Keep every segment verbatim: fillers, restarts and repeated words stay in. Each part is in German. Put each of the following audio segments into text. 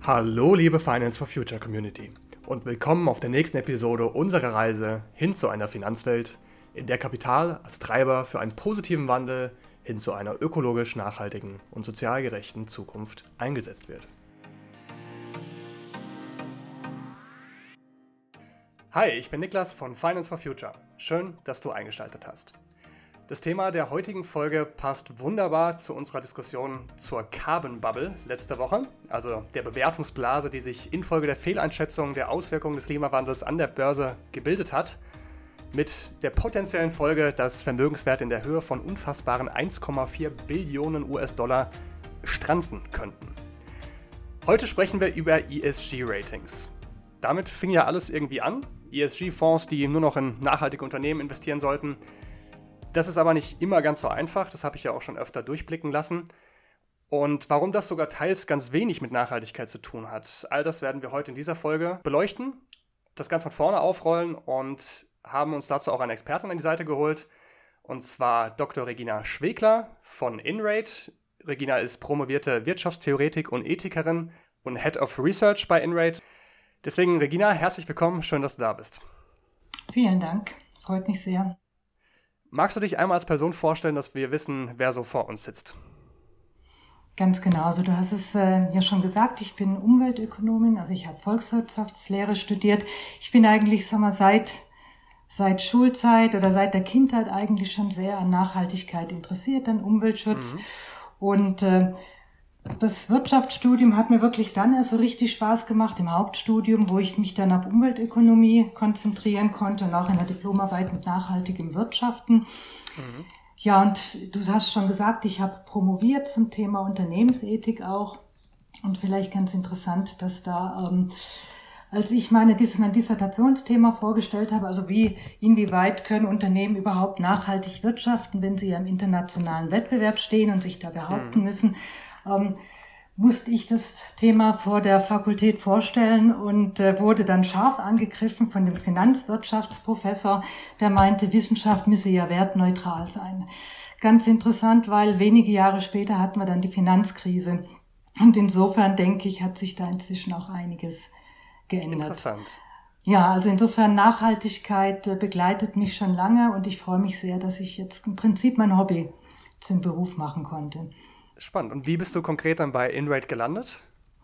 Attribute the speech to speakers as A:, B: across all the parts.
A: Hallo liebe Finance for Future Community und willkommen auf der nächsten Episode unserer Reise hin zu einer Finanzwelt, in der Kapital als Treiber für einen positiven Wandel hin zu einer ökologisch nachhaltigen und sozial gerechten Zukunft eingesetzt wird. Hi, ich bin Niklas von Finance for Future. Schön, dass du eingeschaltet hast. Das Thema der heutigen Folge passt wunderbar zu unserer Diskussion zur Carbon Bubble letzte Woche, also der Bewertungsblase, die sich infolge der Fehleinschätzung der Auswirkungen des Klimawandels an der Börse gebildet hat, mit der potenziellen Folge, dass Vermögenswerte in der Höhe von unfassbaren eins Komma vier Billionen U S-Dollar stranden könnten. Heute sprechen wir über E S G-Ratings. Damit fing ja alles irgendwie an. E S G-Fonds, die nur noch in nachhaltige Unternehmen investieren sollten. Das ist aber nicht immer ganz so einfach, das habe ich ja auch schon öfter durchblicken lassen. Und warum das sogar teils ganz wenig mit Nachhaltigkeit zu tun hat, all das werden wir heute in dieser Folge beleuchten, das Ganze von vorne aufrollen und haben uns dazu auch eine Expertin an die Seite geholt, und zwar Doktor Regina Schwegler von InRate. Regina ist promovierte Wirtschaftstheoretik und Ethikerin und Head of Research bei InRate. Deswegen, Regina, herzlich willkommen, schön, dass du da bist.
B: Vielen Dank, freut mich sehr.
A: Magst du dich einmal als Person vorstellen, dass wir wissen, wer so vor uns sitzt?
B: Ganz genau. Also du hast es äh, ja schon gesagt, ich bin Umweltökonomin, also ich habe Volkswirtschaftslehre studiert. Ich bin eigentlich, sag mal, seit, seit Schulzeit oder seit der Kindheit eigentlich schon sehr an Nachhaltigkeit interessiert, an Umweltschutz. Mhm. Und äh, das Wirtschaftsstudium hat mir wirklich dann erst so richtig Spaß gemacht im Hauptstudium, wo ich mich dann auf Umweltökonomie konzentrieren konnte und auch in der Diplomarbeit mit nachhaltigem Wirtschaften. Mhm. Ja, und du hast schon gesagt, ich habe promoviert zum Thema Unternehmensethik auch. Und vielleicht ganz interessant, dass da, ähm, als ich meine, mein Dissertationsthema vorgestellt habe, also wie, inwieweit können Unternehmen überhaupt nachhaltig wirtschaften, wenn sie im internationalen Wettbewerb stehen und sich da behaupten mhm. müssen, Ähm, musste ich das Thema vor der Fakultät vorstellen und äh, wurde dann scharf angegriffen von dem Finanzwirtschaftsprofessor, der meinte, Wissenschaft müsse ja wertneutral sein. Ganz interessant, weil wenige Jahre später hatten wir dann die Finanzkrise. Und insofern, denke ich, hat sich da inzwischen auch einiges geändert.
A: Interessant.
B: Ja, also insofern Nachhaltigkeit äh, begleitet mich schon lange und ich freue mich sehr, dass ich jetzt im Prinzip mein Hobby zum Beruf machen konnte.
A: Spannend. Und wie bist du konkret dann bei InRate gelandet?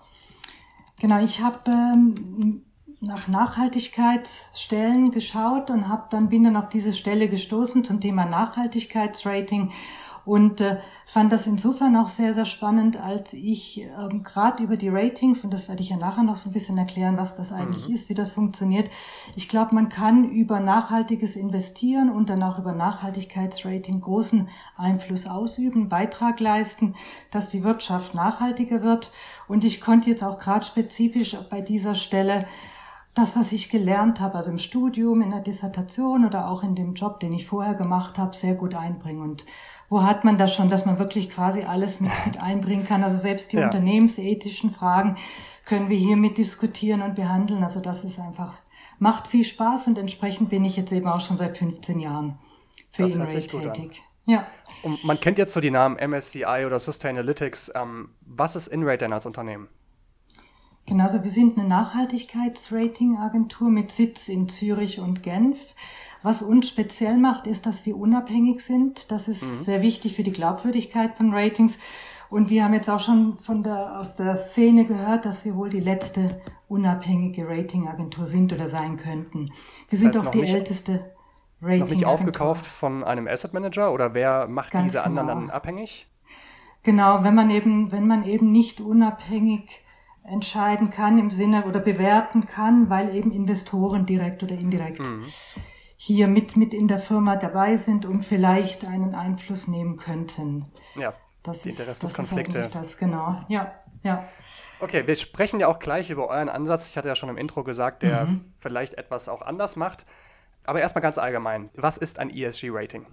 B: Genau, ich habe ähm, nach Nachhaltigkeitsstellen geschaut und hab dann bin dann auf diese Stelle gestoßen zum Thema Nachhaltigkeitsrating und äh, fand das insofern auch sehr, sehr spannend, als ich ähm, gerade über die Ratings, und das werde ich ja nachher noch so ein bisschen erklären, was das eigentlich mhm. ist, wie das funktioniert. Ich glaube, man kann über nachhaltiges Investieren und dann auch über Nachhaltigkeitsrating großen Einfluss ausüben, Beitrag leisten, dass die Wirtschaft nachhaltiger wird. Und ich konnte jetzt auch gerade spezifisch bei dieser Stelle das, was ich gelernt habe, also im Studium, in der Dissertation oder auch in dem Job, den ich vorher gemacht habe, sehr gut einbringen. Und wo hat man das schon, dass man wirklich quasi alles mit, mit einbringen kann? Also selbst die ja. unternehmensethischen Fragen können wir hier mit diskutieren und behandeln. Also das ist einfach, macht viel Spaß und entsprechend bin ich jetzt eben auch schon seit fünfzehn Jahren für InRate tätig. Ja.
A: Und man kennt jetzt so die Namen M S C I oder Sustainalytics. Ähm, was ist InRate denn als Unternehmen?
B: Genau, also wir sind eine Nachhaltigkeitsrating-Agentur mit Sitz in Zürich und Genf. Was uns speziell macht, ist, dass wir unabhängig sind. Das ist mhm. sehr wichtig für die Glaubwürdigkeit von Ratings. Und wir haben jetzt auch schon von der, aus der Szene gehört, dass wir wohl die letzte unabhängige Ratingagentur sind oder sein könnten. Wir sind auch die älteste Ratingagentur.
A: Noch nicht aufgekauft von einem Asset Manager oder wer macht
B: Ganz
A: diese
B: genau.
A: anderen dann abhängig?
B: Genau, wenn man eben, wenn man eben nicht unabhängig entscheiden kann im Sinne oder bewerten kann, weil eben Investoren direkt oder indirekt mhm. hier mit, mit in der Firma dabei sind und vielleicht einen Einfluss nehmen könnten.
A: Ja,
B: das
A: die
B: ist,
A: Interessenskonflikte.
B: Das ist das, genau. Ja, ja.
A: Okay, wir sprechen ja auch gleich über euren Ansatz. Ich hatte ja schon im Intro gesagt, der mhm. vielleicht etwas auch anders macht. Aber erstmal ganz allgemein. Was ist ein E S G-Rating?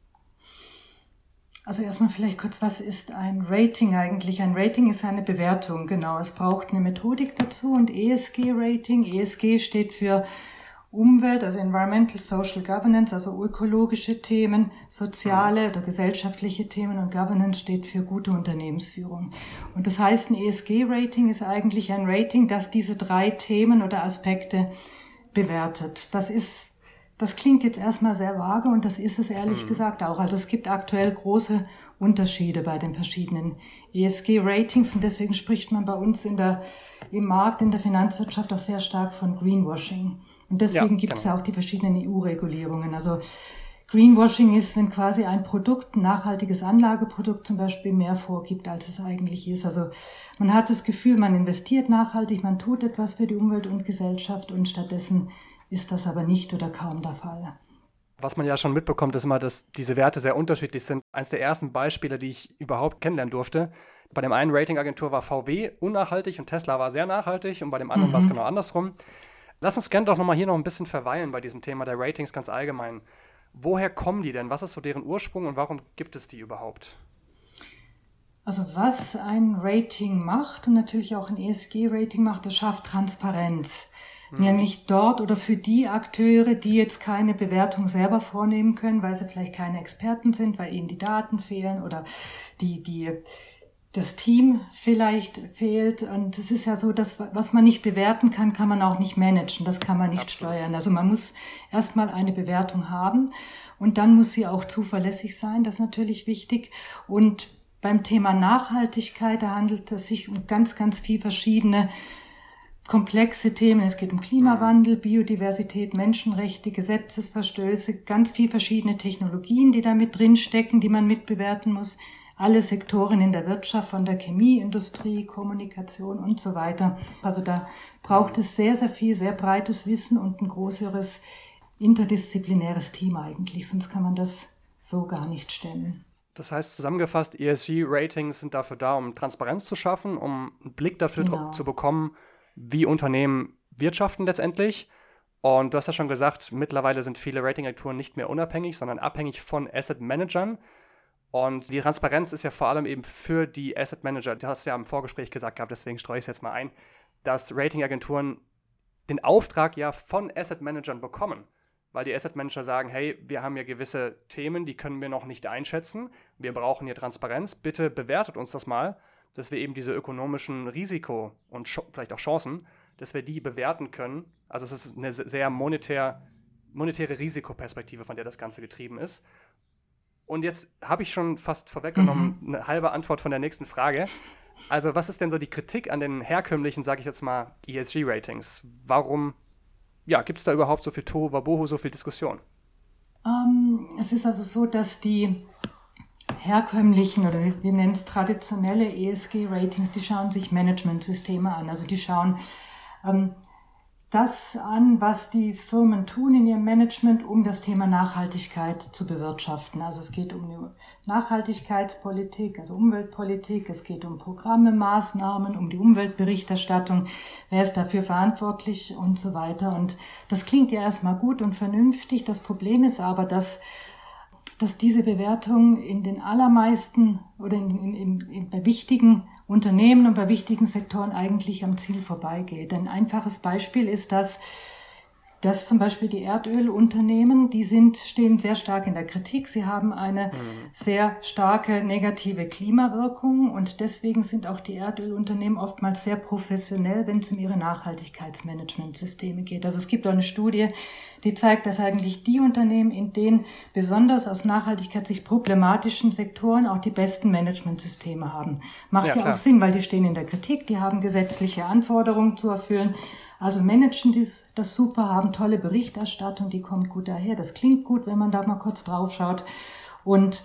B: Also erstmal vielleicht kurz, was ist ein Rating eigentlich? Ein Rating ist eine Bewertung, genau. Es braucht eine Methodik dazu und E S G-Rating. E S G steht für Umwelt, also Environmental Social Governance, also ökologische Themen, soziale oder gesellschaftliche Themen, und Governance steht für gute Unternehmensführung. Und das heißt, ein E S G-Rating ist eigentlich ein Rating, das diese drei Themen oder Aspekte bewertet. Das ist, das klingt jetzt erstmal sehr vage, und das ist es ehrlich mhm. gesagt auch. Also es gibt aktuell große Unterschiede bei den verschiedenen E S G-Ratings, und deswegen spricht man bei uns in der, im Markt, in der Finanzwirtschaft auch sehr stark von Greenwashing. Und deswegen ja, gibt es genau. ja auch die verschiedenen E U-Regulierungen. Also Greenwashing ist, wenn quasi ein Produkt, ein nachhaltiges Anlageprodukt zum Beispiel, mehr vorgibt, als es eigentlich ist. Also man hat das Gefühl, man investiert nachhaltig, man tut etwas für die Umwelt und Gesellschaft, und stattdessen ist das aber nicht oder kaum der Fall.
A: Was man ja schon mitbekommt, ist immer, dass diese Werte sehr unterschiedlich sind. Eines der ersten Beispiele, die ich überhaupt kennenlernen durfte, bei dem einen Ratingagentur war V W unnachhaltig und Tesla war sehr nachhaltig, und bei dem anderen mhm. war es genau andersrum. Lass uns gerne doch nochmal hier noch ein bisschen verweilen bei diesem Thema der Ratings ganz allgemein. Woher kommen die denn? Was ist so deren Ursprung und warum gibt es die überhaupt?
B: Also was ein Rating macht und natürlich auch ein E S G-Rating macht, das schafft Transparenz. Mhm. Nämlich dort oder für die Akteure, die jetzt keine Bewertung selber vornehmen können, weil sie vielleicht keine Experten sind, weil ihnen die Daten fehlen oder die, die, das Team vielleicht fehlt. Und es ist ja so, dass was man nicht bewerten kann, kann man auch nicht managen. Das kann man nicht Absolut. steuern. Also man muss erstmal eine Bewertung haben, und dann muss sie auch zuverlässig sein. Das ist natürlich wichtig. Und beim Thema Nachhaltigkeit, da handelt es sich um ganz, ganz viel verschiedene komplexe Themen. Es geht um Klimawandel, Biodiversität, Menschenrechte, Gesetzesverstöße, ganz viel verschiedene Technologien, die da mit drinstecken, die man mitbewerten muss. Alle Sektoren in der Wirtschaft, von der Chemieindustrie, Kommunikation und so weiter. Also da braucht es sehr, sehr viel, sehr breites Wissen und ein größeres interdisziplinäres Team eigentlich. Sonst kann man das so gar nicht stemmen.
A: Das heißt, zusammengefasst, E S G-Ratings sind dafür da, um Transparenz zu schaffen, um einen Blick dafür genau. zu bekommen, wie Unternehmen wirtschaften letztendlich. Und du hast ja schon gesagt, mittlerweile sind viele Ratingagenturen nicht mehr unabhängig, sondern abhängig von Asset Managern. Und die Transparenz ist ja vor allem eben für die Asset Manager, du hast ja im Vorgespräch gesagt gehabt, deswegen streue ich es jetzt mal ein, dass Ratingagenturen den Auftrag ja von Asset Managern bekommen, weil die Asset Manager sagen, hey, wir haben ja gewisse Themen, die können wir noch nicht einschätzen, wir brauchen hier Transparenz, bitte bewertet uns das mal, dass wir eben diese ökonomischen Risiko und sch- vielleicht auch Chancen, dass wir die bewerten können. Also es ist eine sehr monetär, monetäre Risikoperspektive, von der das Ganze getrieben ist. Und jetzt habe ich schon fast vorweggenommen, mhm. eine halbe Antwort von der nächsten Frage. Also was ist denn so die Kritik an den herkömmlichen, sage ich jetzt mal, E S G-Ratings? Warum ja, gibt es da überhaupt so viel Tohuwabohu, so viel Diskussion?
B: Um, es ist also so, dass die herkömmlichen oder wir nennen es traditionelle E S G-Ratings, die schauen sich Managementsysteme an. Also die schauen ähm, das an, was die Firmen tun in ihrem Management, um das Thema Nachhaltigkeit zu bewirtschaften. Also es geht um die Nachhaltigkeitspolitik, also Umweltpolitik, es geht um Programme, Maßnahmen, um die Umweltberichterstattung, wer ist dafür verantwortlich und so weiter. Und das klingt ja erstmal gut und vernünftig. Das Problem ist aber, dass dass diese Bewertung in den allermeisten oder in, in, in, in, bei wichtigen Unternehmen und bei wichtigen Sektoren eigentlich am Ziel vorbeigeht. Ein einfaches Beispiel ist, dass, dass zum Beispiel die Erdölunternehmen, die sind, stehen sehr stark in der Kritik. Sie haben eine mhm. sehr starke negative Klimawirkung, und deswegen sind auch die Erdölunternehmen oftmals sehr professionell, wenn es um ihre Nachhaltigkeitsmanagementsysteme geht. Also es gibt auch eine Studie, die zeigt, dass eigentlich die Unternehmen, in denen besonders aus Nachhaltigkeitssicht problematischen Sektoren auch die besten Managementsysteme haben. Macht ja, ja auch Sinn, weil die stehen in der Kritik, die haben gesetzliche Anforderungen zu erfüllen. Also managen die das super, haben tolle Berichterstattung, die kommt gut daher. Das klingt gut, wenn man da mal kurz drauf schaut. Und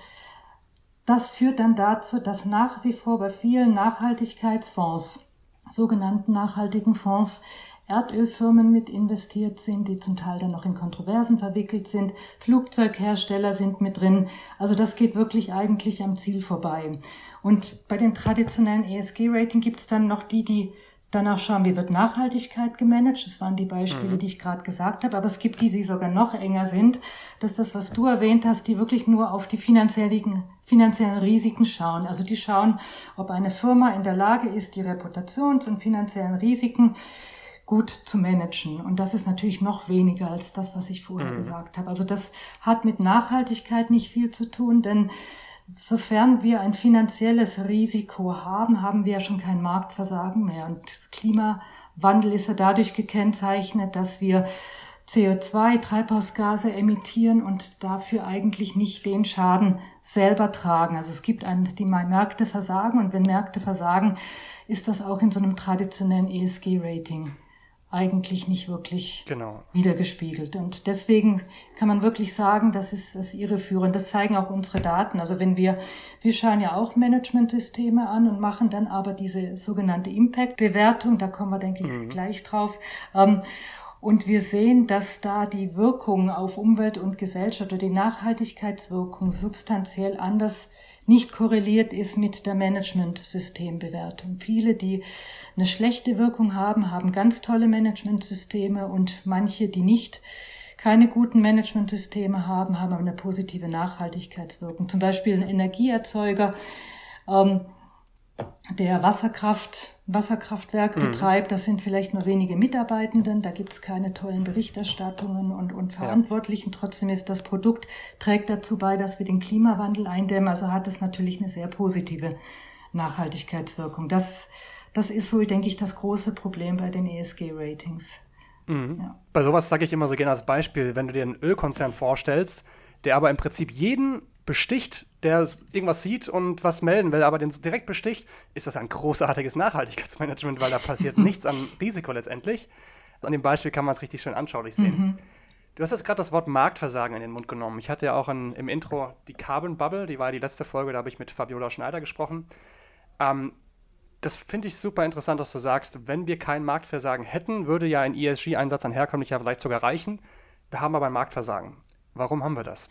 B: das führt dann dazu, dass nach wie vor bei vielen Nachhaltigkeitsfonds, sogenannten nachhaltigen Fonds, Erdölfirmen mit investiert sind, die zum Teil dann noch in Kontroversen verwickelt sind. Flugzeughersteller sind mit drin. Also das geht wirklich eigentlich am Ziel vorbei. Und bei den traditionellen E S G-Rating gibt es dann noch die, die danach schauen, wie wird Nachhaltigkeit gemanagt. Das waren die Beispiele, mhm. die ich gerade gesagt habe. Aber es gibt die, die sogar noch enger sind. Das ist das, was du erwähnt hast, die wirklich nur auf die finanziellen, finanziellen Risiken schauen. Also die schauen, ob eine Firma in der Lage ist, die Reputations- und finanziellen Risiken gut zu managen. Und das ist natürlich noch weniger als das, was ich vorher mhm. gesagt habe. Also das hat mit Nachhaltigkeit nicht viel zu tun, denn sofern wir ein finanzielles Risiko haben, haben wir ja schon kein Marktversagen mehr. Und das Klimawandel ist ja dadurch gekennzeichnet, dass wir C O zwei, Treibhausgase emittieren und dafür eigentlich nicht den Schaden selber tragen. Also es gibt einen, die Märkte versagen, und wenn Märkte versagen, ist das auch in so einem traditionellen E S G-Rating eigentlich nicht wirklich genau wiedergespiegelt. Und deswegen kann man wirklich sagen, das ist, das ist irreführend. Das zeigen auch unsere Daten. Also wenn wir, wir schauen ja auch Managementsysteme an und machen dann aber diese sogenannte Impact-Bewertung, da kommen wir, denke ich, mhm. gleich drauf. Ähm, Und wir sehen, dass da die Wirkung auf Umwelt und Gesellschaft oder die Nachhaltigkeitswirkung substanziell anders nicht korreliert ist mit der Managementsystembewertung. Viele, die eine schlechte Wirkung haben, haben ganz tolle Managementsysteme, und manche, die nicht keine guten Managementsysteme haben, haben aber eine positive Nachhaltigkeitswirkung. Zum Beispiel ein Energieerzeuger, ähm, der Wasserkraft, Wasserkraftwerk mhm. betreibt, das sind vielleicht nur wenige Mitarbeitenden, da gibt es keine tollen Berichterstattungen und, und Verantwortlichen. Ja. Trotzdem ist das Produkt, trägt dazu bei, dass wir den Klimawandel eindämmen, also hat es natürlich eine sehr positive Nachhaltigkeitswirkung. Das, das ist so, denke ich, das große Problem bei den E S G-Ratings.
A: Mhm. Ja. Bei sowas sage ich immer so gerne als Beispiel, wenn du dir einen Ölkonzern vorstellst, der aber im Prinzip jeden besticht, der irgendwas sieht und was melden will, aber den direkt besticht, ist das ein großartiges Nachhaltigkeitsmanagement, weil da passiert nichts an Risiko letztendlich. An dem Beispiel kann man es richtig schön anschaulich sehen. Mhm. Du hast jetzt gerade das Wort Marktversagen in den Mund genommen. Ich hatte ja auch in, im Intro die Carbon Bubble, die war die letzte Folge, da habe ich mit Fabiola Schneider gesprochen. Ähm, das finde ich super interessant, dass du sagst, wenn wir kein Marktversagen hätten, würde ja ein E S G-Einsatz an herkömmlicher vielleicht sogar reichen. Wir haben aber ein Marktversagen. Warum haben wir das?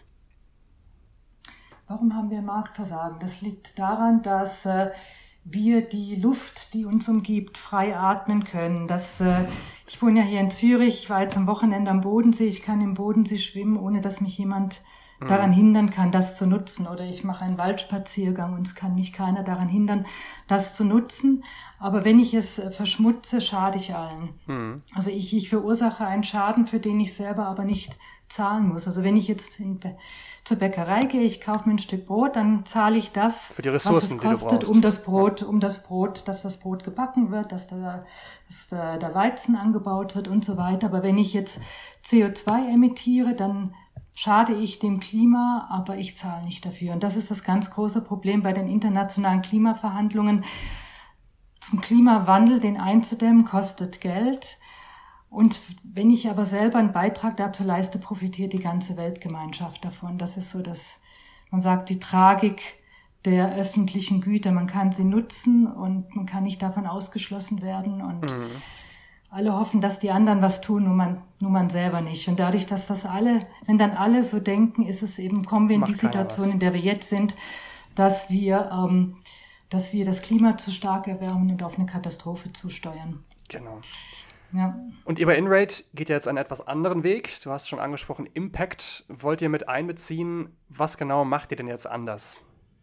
B: Warum haben wir Marktversagen? Das liegt daran, dass äh, wir die Luft, die uns umgibt, frei atmen können. Das, äh, ich wohne ja hier in Zürich, ich war jetzt am Wochenende am Bodensee, ich kann im Bodensee schwimmen, ohne dass mich jemand mhm. daran hindern kann, das zu nutzen. Oder ich mache einen Waldspaziergang und es kann mich keiner daran hindern, das zu nutzen. Aber wenn ich es äh, verschmutze, schade ich allen. Mhm. Also ich, ich verursache einen Schaden, für den ich selber aber nicht zahlen muss. Also wenn ich jetzt in, zur Bäckerei gehe, ich kaufe mir ein Stück Brot, dann zahle ich das,
A: für die Ressourcen,
B: was es kostet, um das Brot, um das Brot, dass das Brot gebacken wird, dass der, dass der, der Weizen angebaut wird und so weiter. Aber wenn ich jetzt C O zwei emittiere, dann schade ich dem Klima, aber ich zahle nicht dafür. Und das ist das ganz große Problem bei den internationalen Klimaverhandlungen. Zum Klimawandel, den einzudämmen, kostet Geld. Und wenn ich aber selber einen Beitrag dazu leiste, profitiert die ganze Weltgemeinschaft davon. Das ist so, dass man sagt, die Tragik der öffentlichen Güter. Man kann sie nutzen und man kann nicht davon ausgeschlossen werden. Und mhm. alle hoffen, dass die anderen was tun, nur man, nur man selber nicht. Und dadurch, dass das alle, wenn dann alle so denken, ist es eben, kommen wir in Macht die Situation, in der wir jetzt sind, dass wir, ähm, dass wir das Klima zu stark erwärmen und auf eine Katastrophe zusteuern.
A: Genau.
B: Ja.
A: Und ihr bei InRate geht ja jetzt einen etwas anderen Weg. Du hast schon angesprochen, Impact wollt ihr mit einbeziehen. Was genau macht ihr denn jetzt anders?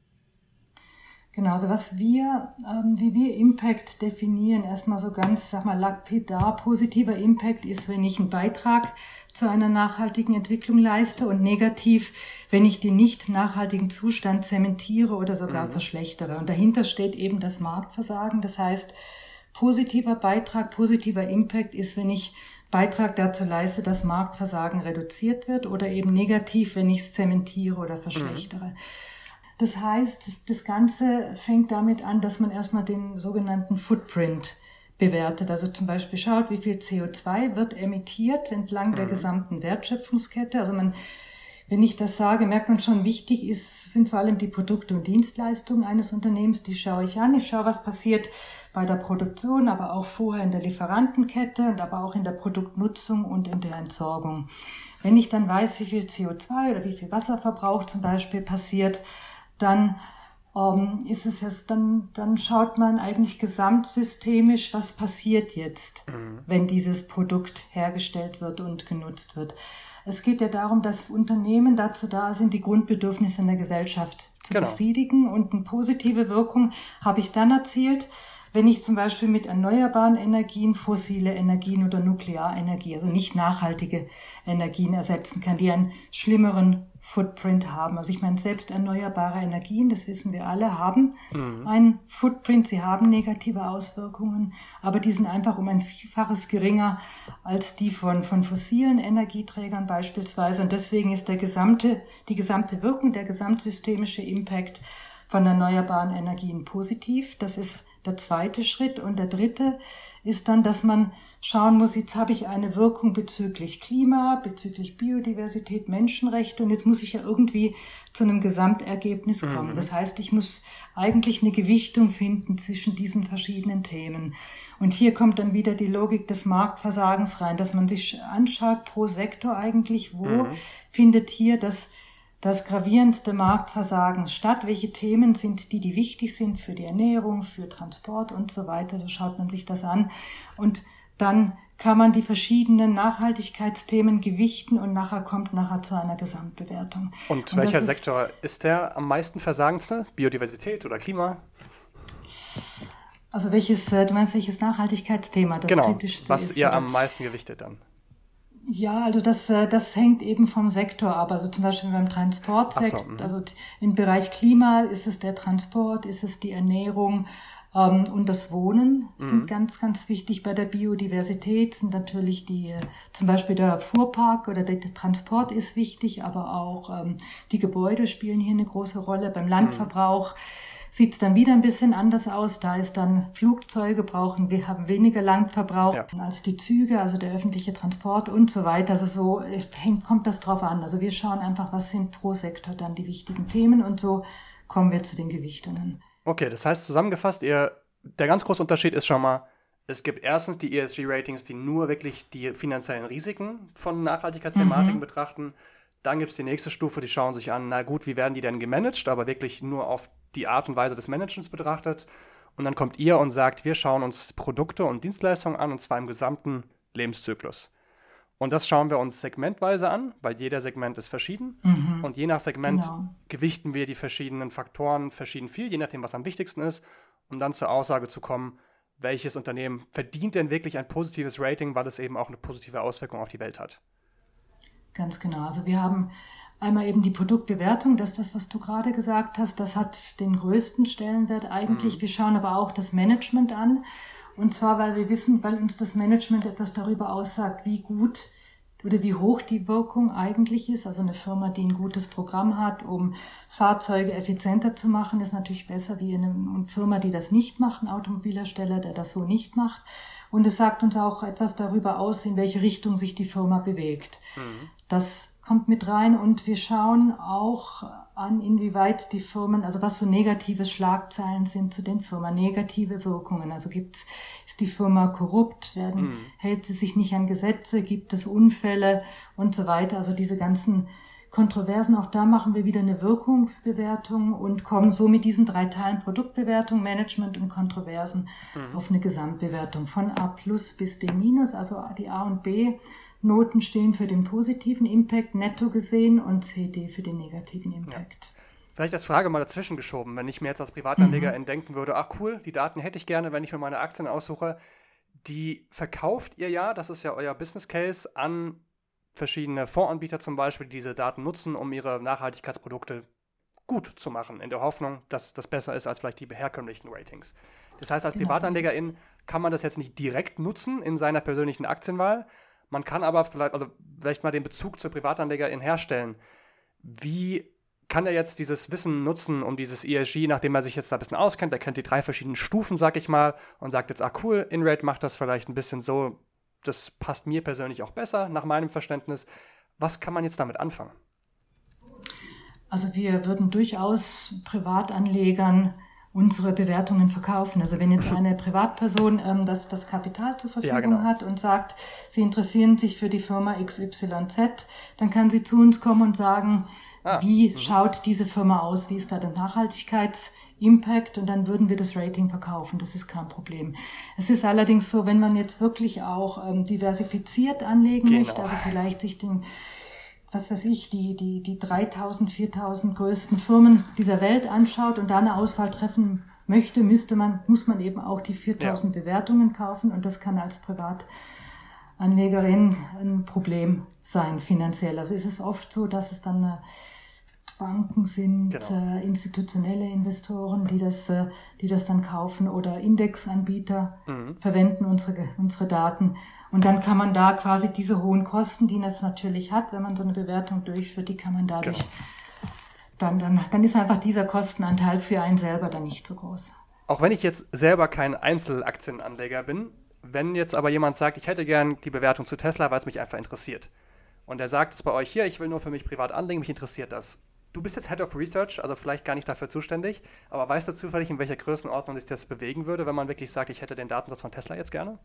B: Genau, also was wir, ähm, wie wir Impact definieren, erstmal so ganz, sag mal, lapidar, positiver Impact ist, wenn ich einen Beitrag zu einer nachhaltigen Entwicklung leiste, und negativ, wenn ich den nicht nachhaltigen Zustand zementiere oder sogar mhm. verschlechtere. Und dahinter steht eben das Marktversagen. Das heißt, positiver Beitrag, positiver Impact ist, wenn ich Beitrag dazu leiste, dass Marktversagen reduziert wird, oder eben negativ, wenn ich es zementiere oder verschlechtere. Mhm. Das heißt, das Ganze fängt damit an, dass man erstmal den sogenannten Footprint bewertet. Also zum Beispiel schaut, wie viel C O zwei wird emittiert entlang mhm. der gesamten Wertschöpfungskette. Also man, wenn ich das sage, merkt man schon, wichtig ist, sind vor allem die Produkte und Dienstleistungen eines Unternehmens. Die schaue ich an. Ich schaue, was passiert bei der Produktion, aber auch vorher in der Lieferantenkette und aber auch in der Produktnutzung und in der Entsorgung. Wenn ich dann weiß, wie viel C O zwei oder wie viel Wasserverbrauch zum Beispiel passiert, dann ähm, ist es jetzt, dann, dann schaut man eigentlich gesamtsystemisch, was passiert jetzt, mhm. wenn dieses Produkt hergestellt wird und genutzt wird. Es geht ja darum, dass Unternehmen dazu da sind, die Grundbedürfnisse in der Gesellschaft zu genau. befriedigen. Und eine positive Wirkung habe ich dann erzielt, wenn ich zum Beispiel mit erneuerbaren Energien fossile Energien oder Nuklearenergie, also nicht nachhaltige Energien ersetzen kann, die einen schlimmeren Footprint haben. Also ich meine, selbst erneuerbare Energien, das wissen wir alle, haben mhm. einen Footprint, sie haben negative Auswirkungen, aber die sind einfach um ein Vielfaches geringer als die von, von fossilen Energieträgern beispielsweise. Und deswegen ist der gesamte, die gesamte Wirkung, der gesamtsystemische Impact von erneuerbaren Energien positiv. Das ist der zweite Schritt. Und der dritte ist dann, dass man schauen muss, jetzt habe ich eine Wirkung bezüglich Klima, bezüglich Biodiversität, Menschenrechte und jetzt muss ich ja irgendwie zu einem Gesamtergebnis kommen. Mhm. Das heißt, ich muss eigentlich eine Gewichtung finden zwischen diesen verschiedenen Themen. Und hier kommt dann wieder die Logik des Marktversagens rein, dass man sich anschaut pro Sektor eigentlich, wo mhm. findet hier das das gravierendste Marktversagen statt, welche Themen sind die, die wichtig sind für die Ernährung, für Transport und so weiter. So schaut man sich das an und dann kann man die verschiedenen Nachhaltigkeitsthemen gewichten und nachher kommt nachher zu einer Gesamtbewertung.
A: Und, und welcher ist, Sektor ist der am meisten versagendste? Biodiversität oder Klima?
B: Also welches, du meinst welches Nachhaltigkeitsthema das
A: genau,
B: kritischste
A: was
B: ist?
A: Genau, was ihr
B: oder?
A: am meisten gewichtet dann?
B: Ja, also das, das hängt eben vom Sektor ab. Also zum Beispiel beim Transportsektor, so, also im Bereich Klima ist es der Transport, ist es die Ernährung ähm, und das Wohnen sind mhm. ganz, ganz wichtig. Bei der Biodiversität sind natürlich die, zum Beispiel der Fuhrpark oder der Transport ist wichtig, aber auch ähm, die Gebäude spielen hier eine große Rolle. Beim Landverbrauch mhm. sieht es dann wieder ein bisschen anders aus. Da ist dann Flugzeuge brauchen, wir haben weniger Landverbrauch ja. als die Züge, also der öffentliche Transport und so weiter. Also so hängt, kommt das drauf an. Also wir schauen einfach, was sind pro Sektor dann die wichtigen Themen und so kommen wir zu den Gewichtungen.
A: Okay, das heißt zusammengefasst, ihr, der ganz große Unterschied ist schon mal, es gibt erstens die E S G-Ratings, die nur wirklich die finanziellen Risiken von Nachhaltigkeitsthematiken mhm. betrachten. Dann gibt es die nächste Stufe, die schauen sich an, na gut, wie werden die denn gemanagt, aber wirklich nur auf die Art und Weise des Managements betrachtet. Und dann kommt ihr und sagt, wir schauen uns Produkte und Dienstleistungen an, und zwar im gesamten Lebenszyklus. Und das schauen wir uns segmentweise an, weil jeder Segment ist verschieden. Mhm. Und je nach Segment genau. gewichten wir die verschiedenen Faktoren verschieden viel, je nachdem, was am wichtigsten ist, um dann zur Aussage zu kommen, welches Unternehmen verdient denn wirklich ein positives Rating, weil es eben auch eine positive Auswirkung auf die Welt hat.
B: Ganz genau. Also wir haben einmal eben die Produktbewertung, das ist das, was du gerade gesagt hast. Das hat den größten Stellenwert eigentlich. Mhm. Wir schauen aber auch das Management an. Und zwar, weil wir wissen, weil uns das Management etwas darüber aussagt, wie gut oder wie hoch die Wirkung eigentlich ist. Also eine Firma, die ein gutes Programm hat, um Fahrzeuge effizienter zu machen, ist natürlich besser wie eine Firma, die das nicht macht, ein Automobilhersteller, der das so nicht macht. Und es sagt uns auch etwas darüber aus, in welche Richtung sich die Firma bewegt. Mhm. Das kommt mit rein und wir schauen auch an, inwieweit die Firmen, also was so negative Schlagzeilen sind zu den Firmen, negative Wirkungen. Also gibt's, ist die Firma korrupt, werden, mhm. hält sie sich nicht an Gesetze, gibt es Unfälle und so weiter. Also diese ganzen Kontroversen, auch da machen wir wieder eine Wirkungsbewertung und kommen so mit diesen drei Teilen Produktbewertung, Management und Kontroversen mhm. auf eine Gesamtbewertung von A plus bis D minus, also die A und B Noten stehen für den positiven Impact netto gesehen und C D für den negativen Impact.
A: Ja. Vielleicht als Frage mal dazwischen geschoben, wenn ich mir jetzt als Privatanleger mhm. denken würde, ach cool, die Daten hätte ich gerne, wenn ich für meine Aktien aussuche, die verkauft ihr ja, das ist ja euer Business Case, an verschiedene Fondsanbieter zum Beispiel, die diese Daten nutzen, um ihre Nachhaltigkeitsprodukte gut zu machen, in der Hoffnung, dass das besser ist als vielleicht die herkömmlichen Ratings. Das heißt, als genau. Privatanlegerin kann man das jetzt nicht direkt nutzen in seiner persönlichen Aktienwahl. Man kann aber vielleicht, also vielleicht mal den Bezug zur Privatanlegerin herstellen. Wie kann er jetzt dieses Wissen nutzen, um dieses E S G, nachdem er sich jetzt da ein bisschen auskennt, er kennt die drei verschiedenen Stufen, sag ich mal, und sagt jetzt, ah cool, InRate macht das vielleicht ein bisschen so, das passt mir persönlich auch besser, nach meinem Verständnis. Was kann man jetzt damit anfangen?
B: Also wir würden durchaus Privatanlegern unsere Bewertungen verkaufen. Also wenn jetzt eine Privatperson ähm, das, das Kapital zur Verfügung ja, genau. hat und sagt, sie interessieren sich für die Firma X Y Z, dann kann sie zu uns kommen und sagen, ah, wie mh. schaut diese Firma aus, wie ist da der Nachhaltigkeitsimpact, und dann würden wir das Rating verkaufen, das ist kein Problem. Es ist allerdings so, wenn man jetzt wirklich auch ähm, diversifiziert anlegen genau. möchte, also vielleicht sich den was weiß ich, die, die, die dreitausend, viertausend größten Firmen dieser Welt anschaut und da eine Auswahl treffen möchte, müsste man, muss man eben auch die viertausend ja. Bewertungen kaufen und das kann als Privatanlegerin ein Problem sein finanziell. Also ist es oft so, dass es dann äh, Banken sind, genau. äh, institutionelle Investoren, die das, äh, die das dann kaufen oder Indexanbieter mhm. verwenden unsere, unsere Daten. Und dann kann man da quasi diese hohen Kosten, die das natürlich hat, wenn man so eine Bewertung durchführt, die kann man dadurch, genau. dann, dann, dann ist einfach dieser Kostenanteil für einen selber dann nicht so groß.
A: Auch wenn ich jetzt selber kein Einzelaktienanleger bin, wenn jetzt aber jemand sagt, ich hätte gern die Bewertung zu Tesla, weil es mich einfach interessiert. Und er sagt jetzt bei euch hier, ich will nur für mich privat anlegen, mich interessiert das. Du bist jetzt Head of Research, also vielleicht gar nicht dafür zuständig, aber weißt du zufällig, in welcher Größenordnung sich das bewegen würde, wenn man wirklich sagt, ich hätte den Datensatz von Tesla jetzt gerne?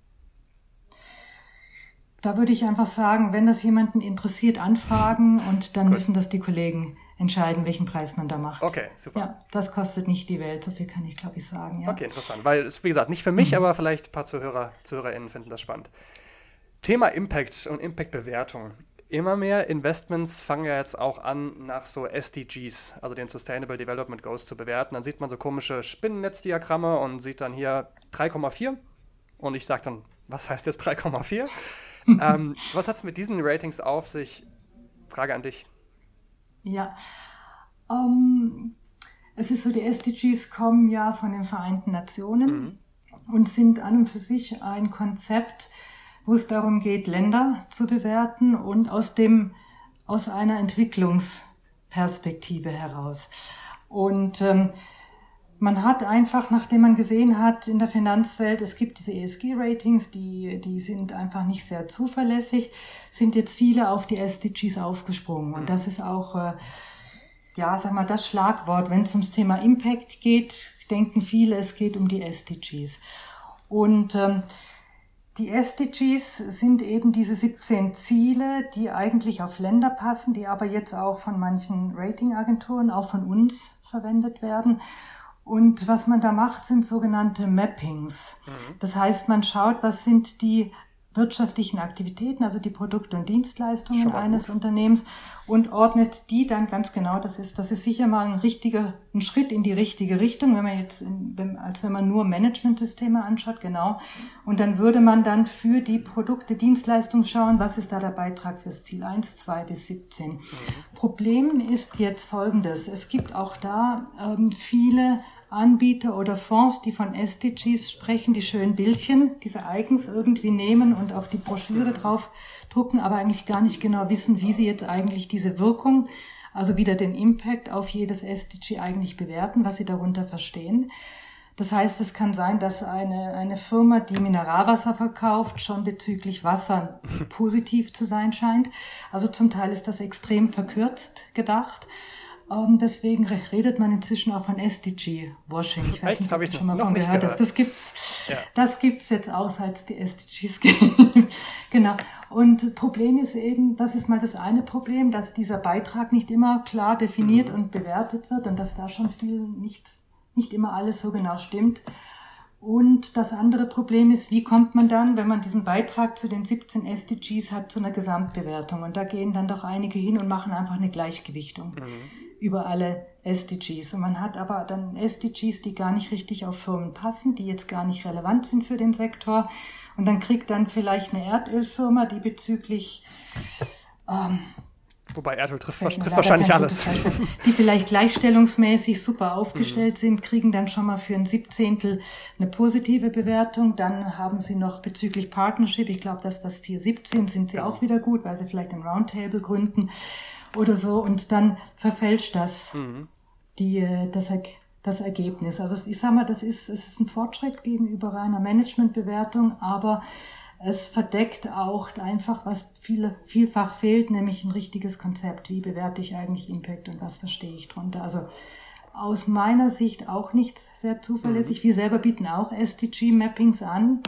B: Da würde ich einfach sagen, wenn das jemanden interessiert, anfragen und dann Gut. müssen das die Kollegen entscheiden, welchen Preis man da macht.
A: Okay, super.
B: Ja, das kostet nicht die Welt, so viel kann ich, glaube ich, sagen. Ja.
A: Okay, interessant, weil es, wie gesagt, nicht für mich, mhm. aber vielleicht ein paar Zuhörer, ZuhörerInnen finden das spannend. Thema Impact und Impact-Bewertung. Immer mehr Investments fangen ja jetzt auch an, nach so S D Gs, also den Sustainable Development Goals, zu bewerten. Dann sieht man so komische Spinnennetzdiagramme und sieht dann hier drei Komma vier und ich sage dann, was heißt jetzt drei Komma vier? ähm, was hat es mit diesen Ratings auf sich? Frage an dich.
B: Ja, um, es ist so, die S D Gs kommen ja von den Vereinten Nationen mhm. und sind an und für sich ein Konzept, wo es darum geht, Länder zu bewerten und aus dem, aus einer Entwicklungsperspektive heraus. Und ähm, man hat einfach, nachdem man gesehen hat in der Finanzwelt, es gibt diese E S G-Ratings, die, die sind einfach nicht sehr zuverlässig, sind jetzt viele auf die S D Gs aufgesprungen. Und das ist auch, äh, ja, sag mal, das Schlagwort. Wenn es ums Thema Impact geht, denken viele, es geht um die S D Gs. Und ähm, die S D Gs sind eben diese siebzehn Ziele, die eigentlich auf Länder passen, die aber jetzt auch von manchen Ratingagenturen, auch von uns verwendet werden. Und was man da macht, sind sogenannte Mappings. Mhm. Das heißt, man schaut, was sind die wirtschaftlichen Aktivitäten, also die Produkte und Dienstleistungen eines gut. Unternehmens und ordnet die dann ganz genau. Das ist, das ist sicher mal ein richtiger, ein Schritt in die richtige Richtung, wenn man jetzt, in, als wenn man nur Managementsysteme anschaut, genau. Und dann würde man dann für die Produkte, Dienstleistungen schauen, was ist da der Beitrag fürs Ziel eins, zwei bis siebzehn. Mhm. Problem ist jetzt Folgendes. Es gibt auch da ähm, viele Anbieter oder Fonds, die von S D Gs sprechen, die schön Bildchen, diese Icons irgendwie nehmen und auf die Broschüre drauf drucken, aber eigentlich gar nicht genau wissen, wie sie jetzt eigentlich diese Wirkung, also wieder den Impact auf jedes S D G eigentlich bewerten, was sie darunter verstehen. Das heißt, es kann sein, dass eine, eine Firma, die Mineralwasser verkauft, schon bezüglich Wasser positiv zu sein scheint. Also zum Teil ist das extrem verkürzt gedacht. Um, deswegen redet man inzwischen auch von S D G-Washing. Ich weiß nicht, ob du schon mal von gehört hast. Das gibt's, ja. das gibt's jetzt auch, seit es die S D Gs gibt. Genau. Und Problem ist eben, das ist mal das eine Problem, dass dieser Beitrag nicht immer klar definiert mhm. und bewertet wird und dass da schon viel nicht, nicht immer alles so genau stimmt. Und das andere Problem ist, wie kommt man dann, wenn man diesen Beitrag zu den siebzehn S D Gs hat, zu einer Gesamtbewertung? Und da gehen dann doch einige hin und machen einfach eine Gleichgewichtung mhm. über alle S D Gs. Und man hat aber dann S D Gs, die gar nicht richtig auf Firmen passen, die jetzt gar nicht relevant sind für den Sektor. Und dann kriegt dann vielleicht eine Erdölfirma, die bezüglich... Ähm,
A: Wobei Erdöl trifft, trifft wahrscheinlich alles.
B: Die vielleicht gleichstellungsmäßig super aufgestellt mhm. sind, kriegen dann schon mal für ein Siebzehntel eine positive Bewertung. Dann haben sie noch bezüglich Partnership, ich glaube, dass das Tier siebzehn sind sie genau. auch wieder gut, weil sie vielleicht ein Roundtable gründen oder so. Und dann verfälscht das mhm. die, das, das Ergebnis. Also ich sag mal, das ist, es ist ein Fortschritt gegenüber einer Managementbewertung, aber es verdeckt auch einfach, was viele, vielfach fehlt, nämlich ein richtiges Konzept. Wie bewerte ich eigentlich Impact und was verstehe ich drunter? Also aus meiner Sicht auch nicht sehr zuverlässig. Mhm. Wir selber bieten auch S D G-Mappings an,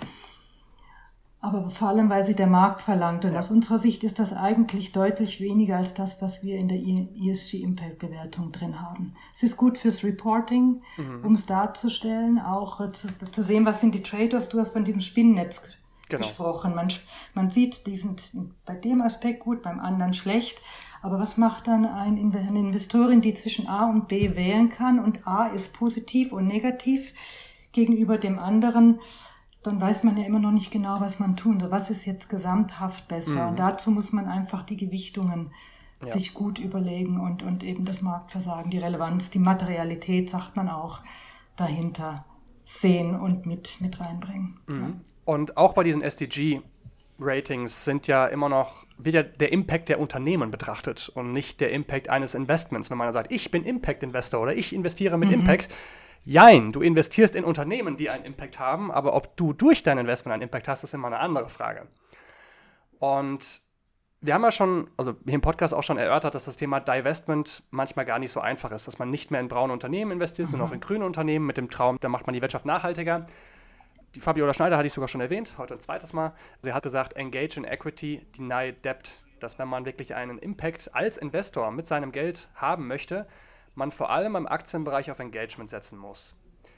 B: aber vor allem, weil sie der Markt verlangt. Und ja. aus unserer Sicht ist das eigentlich deutlich weniger als das, was wir in der E S G-Impact-Bewertung drin haben. Es ist gut fürs Reporting, mhm. um es darzustellen, auch zu, zu sehen, was sind die Trade-offs. Du hast von diesem Spinnennetz Genau. gesprochen. Man, man sieht, die sind bei dem Aspekt gut, beim anderen schlecht. Aber was macht dann ein, eine Investorin, die zwischen A und B wählen kann und A ist positiv und negativ gegenüber dem anderen? Dann weiß man ja immer noch nicht genau, was man tun soll. Was ist jetzt gesamthaft besser? Mhm. Und dazu muss man einfach die Gewichtungen ja. sich gut überlegen und, und eben das Marktversagen, die Relevanz, die Materialität, sagt man auch, dahinter sehen und mit, mit reinbringen.
A: Mhm. Ja. Und auch bei diesen S D G-Ratings sind ja immer noch wieder der Impact der Unternehmen betrachtet und nicht der Impact eines Investments. Wenn man sagt, ich bin Impact-Investor oder ich investiere mit mhm. Impact, jein, du investierst in Unternehmen, die einen Impact haben, aber ob du durch dein Investment einen Impact hast, ist immer eine andere Frage. Und wir haben ja schon, also hier im Podcast auch schon erörtert, dass das Thema Divestment manchmal gar nicht so einfach ist, dass man nicht mehr in braune Unternehmen investiert, mhm. sondern auch in grüne Unternehmen mit dem Traum, da macht man die Wirtschaft nachhaltiger. Die Fabiola Schneider hatte ich sogar schon erwähnt, heute ein zweites Mal. Sie hat gesagt, engage in equity, deny debt, dass wenn man wirklich einen Impact als Investor mit seinem Geld haben möchte, man vor allem im Aktienbereich auf Engagement setzen muss.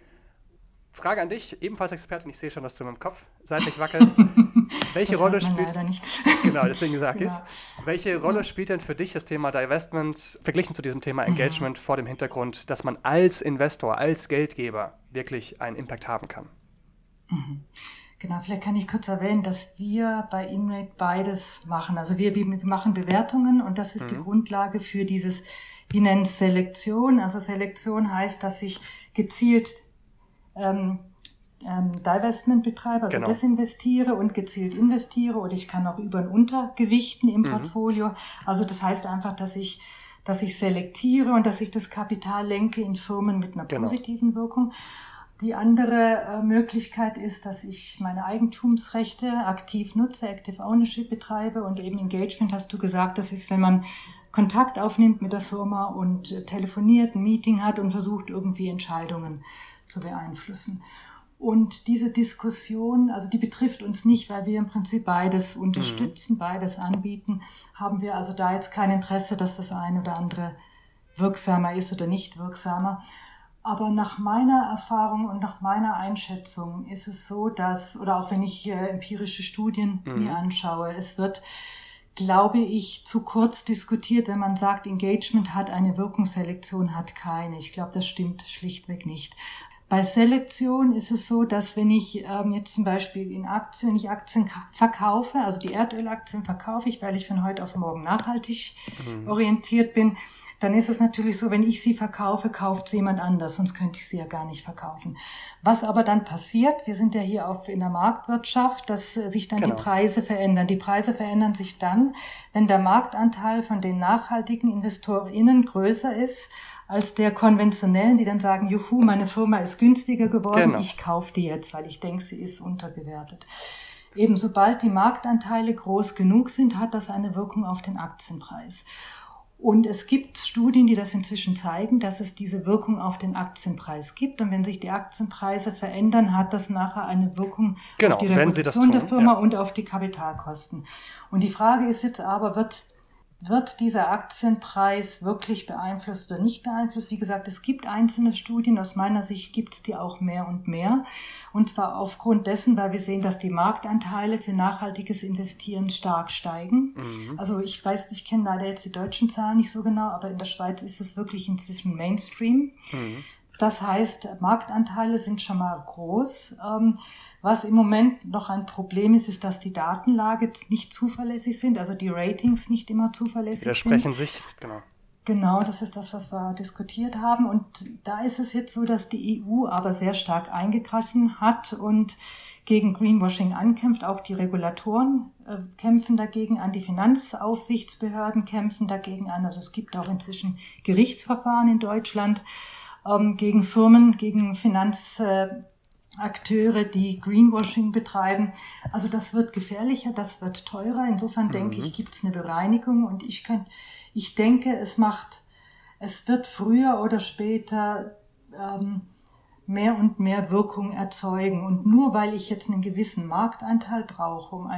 A: Frage an dich, ebenfalls Expertin, ich sehe schon, dass du mit dem Kopf seitlich wackelst. Welche das Rolle spielt leider nicht. Genau, deswegen sage ich es. Welche Rolle spielt denn für dich das Thema Divestment verglichen zu diesem Thema Engagement mhm. vor dem Hintergrund, dass man als Investor, als Geldgeber wirklich einen Impact haben kann?
B: Mhm. Genau, vielleicht kann ich kurz erwähnen, dass wir bei InRate beides machen. Also wir, wir machen Bewertungen und das ist mhm. die Grundlage für dieses, wir nennen es Selektion. Also Selektion heißt, dass ich gezielt ähm, ähm, Divestment betreibe, also genau. desinvestiere und gezielt investiere oder ich kann auch über- und untergewichten im mhm. Portfolio. Also das heißt einfach, dass ich dass ich selektiere und dass ich das Kapital lenke in Firmen mit einer genau. positiven Wirkung. Die andere äh, Möglichkeit ist, dass ich meine Eigentumsrechte aktiv nutze, Active Ownership betreibe und eben Engagement, hast du gesagt, das ist, wenn man Kontakt aufnimmt mit der Firma und äh, telefoniert, ein Meeting hat und versucht irgendwie Entscheidungen zu beeinflussen. Und diese Diskussion, also die betrifft uns nicht, weil wir im Prinzip beides unterstützen, mhm. beides anbieten, haben wir also da jetzt kein Interesse, dass das eine oder andere wirksamer ist oder nicht wirksamer. Aber nach meiner Erfahrung und nach meiner Einschätzung ist es so, dass, oder auch wenn ich äh, empirische Studien mhm. mir anschaue, es wird, glaube ich, zu kurz diskutiert, wenn man sagt, Engagement hat eine Wirkung, Selektion hat keine. Ich glaube, das stimmt schlichtweg nicht. Bei Selektion ist es so, dass wenn ich ähm, jetzt zum Beispiel in Aktien, wenn ich Aktien ka- verkaufe, also die Erdölaktien verkaufe ich, weil ich von heute auf morgen nachhaltig mhm. orientiert bin, dann ist es natürlich so, wenn ich sie verkaufe, kauft sie jemand anders, sonst könnte ich sie ja gar nicht verkaufen. Was aber dann passiert, wir sind ja hier auf, in der Marktwirtschaft, dass äh, sich dann genau. die Preise verändern. Die Preise verändern sich dann, wenn der Marktanteil von den nachhaltigen InvestorInnen größer ist als der konventionellen, die dann sagen, juhu, meine Firma ist günstiger geworden, genau. ich kaufe die jetzt, weil ich denke, sie ist unterbewertet. Eben sobald die Marktanteile groß genug sind, hat das eine Wirkung auf den Aktienpreis. Und es gibt Studien, die das inzwischen zeigen, dass es diese Wirkung auf den Aktienpreis gibt. Und wenn sich die Aktienpreise verändern, hat das nachher eine Wirkung genau, auf die Reputation der Firma ja. und auf die Kapitalkosten. Und die Frage ist jetzt aber, wird Wird dieser Aktienpreis wirklich beeinflusst oder nicht beeinflusst? Wie gesagt, es gibt einzelne Studien, aus meiner Sicht gibt es die auch mehr und mehr. Und zwar aufgrund dessen, weil wir sehen, dass die Marktanteile für nachhaltiges Investieren stark steigen. Mhm. Also ich weiß, ich kenne leider jetzt die deutschen Zahlen nicht so genau, aber in der Schweiz ist es wirklich inzwischen Mainstream. Mhm. Das heißt, Marktanteile sind schon mal groß. Was im Moment noch ein Problem ist, ist, dass die Datenlage nicht zuverlässig sind, also die Ratings nicht immer zuverlässig sind.
A: Widersprechen sich, genau.
B: Genau, das ist das, was wir diskutiert haben. Und da ist es jetzt so, dass die E U aber sehr stark eingegriffen hat und gegen Greenwashing ankämpft. Auch die Regulatoren äh, kämpfen dagegen an, die Finanzaufsichtsbehörden kämpfen dagegen an. Also es gibt auch inzwischen Gerichtsverfahren in Deutschland ähm, gegen Firmen, gegen Finanzakteure, äh, die Greenwashing betreiben. Also das wird gefährlicher, das wird teurer. Insofern mhm. denke ich, gibt es eine Bereinigung und ich kann, ich denke, es macht, es wird früher oder später ähm, mehr und mehr Wirkung erzeugen. Und nur weil ich jetzt einen gewissen Marktanteil brauche, um eine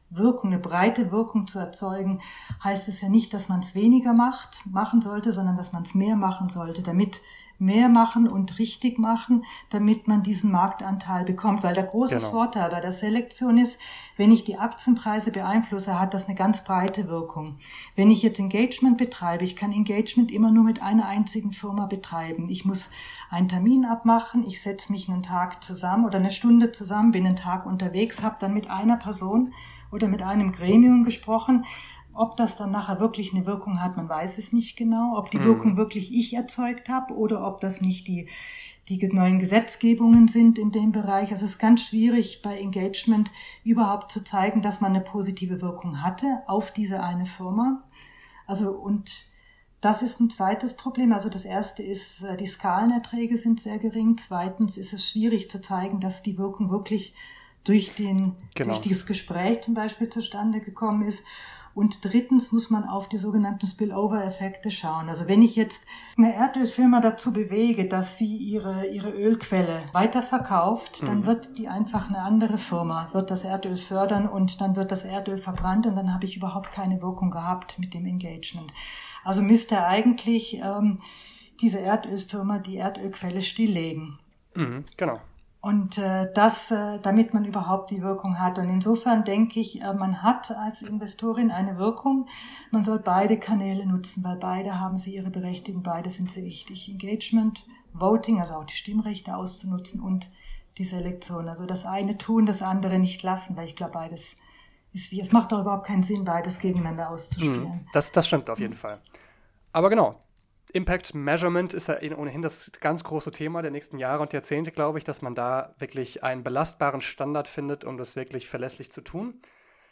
B: Wirkung, eine breite Wirkung zu erzeugen, heißt es ja nicht, dass man es weniger macht, machen sollte, sondern dass man es mehr machen sollte, damit mehr machen und richtig machen, damit man diesen Marktanteil bekommt. Weil der große genau. Vorteil bei der Selektion ist, wenn ich die Aktienpreise beeinflusse, hat das eine ganz breite Wirkung. Wenn ich jetzt Engagement betreibe, ich kann Engagement immer nur mit einer einzigen Firma betreiben. Ich muss einen Termin abmachen, ich setze mich einen Tag zusammen oder eine Stunde zusammen, bin einen Tag unterwegs, habe dann mit einer Person oder mit einem Gremium gesprochen. Ob das dann nachher wirklich eine Wirkung hat, man weiß es nicht genau. Ob die mhm. Wirkung wirklich ich erzeugt habe oder ob das nicht die, die neuen Gesetzgebungen sind in dem Bereich. Also es ist ganz schwierig bei Engagement überhaupt zu zeigen, dass man eine positive Wirkung hatte auf diese eine Firma. Also und das ist ein zweites Problem. Also das erste ist, die Skalenerträge sind sehr gering. Zweitens ist es schwierig zu zeigen, dass die Wirkung wirklich durch den, genau. durch dieses Gespräch zum Beispiel zustande gekommen ist. Und drittens muss man auf die sogenannten Spillover-Effekte schauen. Also wenn ich jetzt eine Erdölfirma dazu bewege, dass sie ihre, ihre Ölquelle weiterverkauft, mhm. dann wird die einfach eine andere Firma, wird das Erdöl fördern und dann wird das Erdöl verbrannt und dann habe ich überhaupt keine Wirkung gehabt mit dem Engagement. Also müsste eigentlich ähm, diese Erdölfirma die Erdölquelle stilllegen.
A: Mhm, genau.
B: Und äh, das, äh, damit man überhaupt die Wirkung hat. Und insofern denke ich, äh, man hat als Investorin eine Wirkung. Man soll beide Kanäle nutzen, weil beide haben sie ihre Berechtigung, beide sind sehr wichtig. Engagement, Voting, also auch die Stimmrechte auszunutzen und die Selektion. Also das eine tun, das andere nicht lassen, weil ich glaube, beides ist wie, es macht doch überhaupt keinen Sinn, beides gegeneinander auszuspielen.
A: Das, das stimmt auf jeden Fall. Aber genau. Impact Measurement ist ja ohnehin das ganz große Thema der nächsten Jahre und Jahrzehnte, glaube ich, dass man da wirklich einen belastbaren Standard findet, um das wirklich verlässlich zu tun.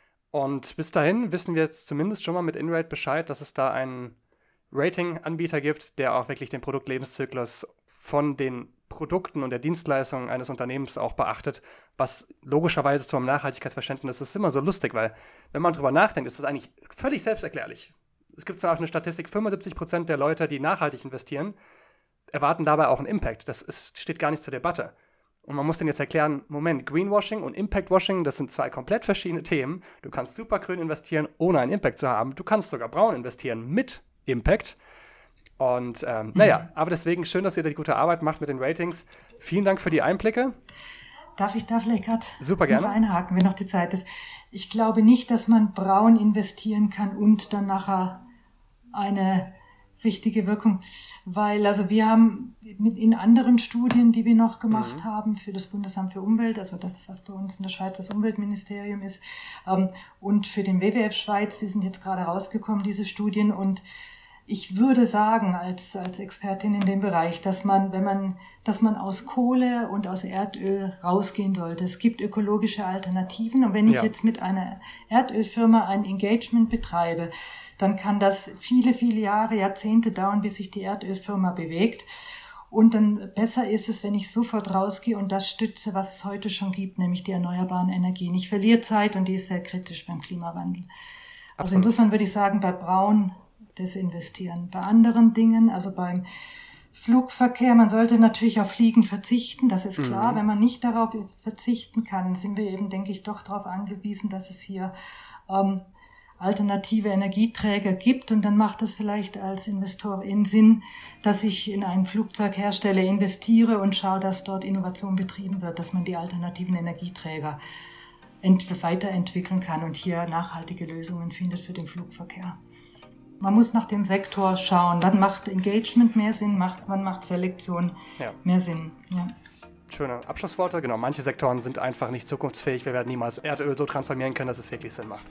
A: Und bis dahin wissen wir jetzt zumindest schon mal mit InRate Bescheid, dass es da einen Rating-Anbieter gibt, der auch wirklich den Produktlebenszyklus von den Produkten und der Dienstleistungen eines Unternehmens auch beachtet, was logischerweise zu einem Nachhaltigkeitsverständnis ist immer so lustig, weil wenn man drüber nachdenkt, ist das eigentlich völlig selbsterklärlich. Es gibt zwar auch eine Statistik, fünfundsiebzig Prozent der Leute, die nachhaltig investieren, erwarten dabei auch einen Impact. Das ist, steht gar nicht zur Debatte. Und man muss denen jetzt erklären, Moment, Greenwashing und Impactwashing, das sind zwei komplett verschiedene Themen. Du kannst super grün investieren, ohne einen Impact zu haben. Du kannst sogar braun investieren mit Impact. Und ähm, mhm. naja, aber deswegen schön, dass ihr da die gute Arbeit macht mit den Ratings. Vielen Dank für die Einblicke.
B: Darf ich da vielleicht gerade
A: Super gerne
B: noch einhaken, wenn noch die Zeit ist? Ich glaube nicht, dass man braun investieren kann und dann nachher eine richtige Wirkung, weil also wir haben in anderen Studien, die wir noch gemacht mhm. haben für das Bundesamt für Umwelt, also das, was bei uns in der Schweiz das Umweltministerium ist, ähm, und für den W W F Schweiz, die sind jetzt gerade rausgekommen, diese Studien, und ich würde sagen, als, als Expertin in dem Bereich, dass man, wenn man, dass man aus Kohle und aus Erdöl rausgehen sollte. Es gibt ökologische Alternativen. Und wenn ich ja. jetzt mit einer Erdölfirma ein Engagement betreibe, dann kann das viele, viele Jahre, Jahrzehnte dauern, bis sich die Erdölfirma bewegt. Und dann besser ist es, wenn ich sofort rausgehe und das stütze, was es heute schon gibt, nämlich die erneuerbaren Energien. Ich verliere Zeit und die ist sehr kritisch beim Klimawandel. Absolut. Also insofern würde ich sagen, bei Braun desinvestieren. Bei anderen Dingen, also beim Flugverkehr, man sollte natürlich auf Fliegen verzichten, das ist klar. Mhm. Wenn man nicht darauf verzichten kann, sind wir eben, denke ich, doch darauf angewiesen, dass es hier ähm, alternative Energieträger gibt, und dann macht es vielleicht als Investorin Sinn, dass ich in einen Flugzeughersteller investiere und schaue, dass dort Innovation betrieben wird, dass man die alternativen Energieträger ent- weiterentwickeln kann und hier nachhaltige Lösungen findet für den Flugverkehr. Man muss nach dem Sektor schauen, wann macht Engagement mehr Sinn, macht, wann macht Selektion ja. mehr Sinn. Ja.
A: Schöne Abschlussworte. Genau, manche Sektoren sind einfach nicht zukunftsfähig. Wir werden niemals Erdöl so transformieren können, dass es wirklich Sinn macht.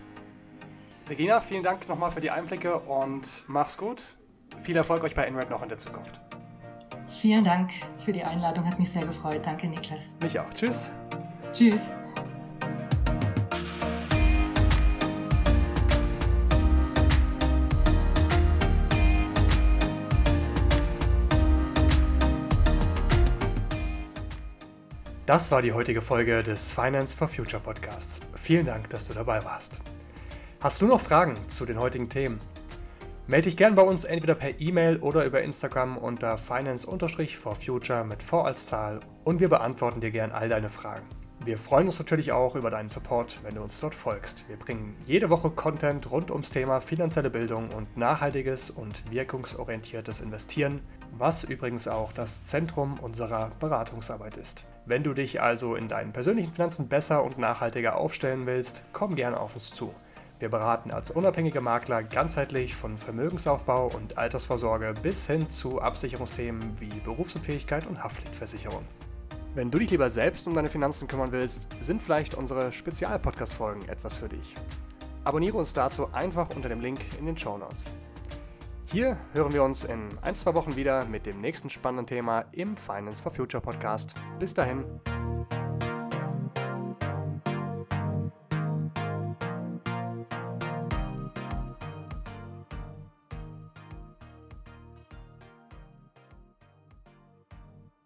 A: Regina, vielen Dank nochmal für die Einblicke und mach's gut. Viel Erfolg euch bei InRate noch in der Zukunft.
B: Vielen Dank für die Einladung, hat mich sehr gefreut. Danke, Niklas.
A: Mich auch. Tschüss.
B: Tschüss.
A: Das war die heutige Folge des Finance for Future Podcasts. Vielen Dank, dass du dabei warst. Hast du noch Fragen zu den heutigen Themen? Melde dich gern bei uns entweder per E-Mail oder über Instagram unter finance for future mit V als Zahl und wir beantworten dir gern all deine Fragen. Wir freuen uns natürlich auch über deinen Support, wenn du uns dort folgst. Wir bringen jede Woche Content rund ums Thema finanzielle Bildung und nachhaltiges und wirkungsorientiertes Investieren, was übrigens auch das Zentrum unserer Beratungsarbeit ist. Wenn du dich also in deinen persönlichen Finanzen besser und nachhaltiger aufstellen willst, komm gerne auf uns zu. Wir beraten als unabhängige Makler ganzheitlich von Vermögensaufbau und Altersvorsorge bis hin zu Absicherungsthemen wie Berufsunfähigkeit und Haftpflichtversicherung. Wenn du dich lieber selbst um deine Finanzen kümmern willst, sind vielleicht unsere Spezial-Podcast-Folgen etwas für dich. Abonniere uns dazu einfach unter dem Link in den Shownotes. Hier hören wir uns in ein, zwei Wochen wieder mit dem nächsten spannenden Thema im Finance for Future Podcast. Bis dahin.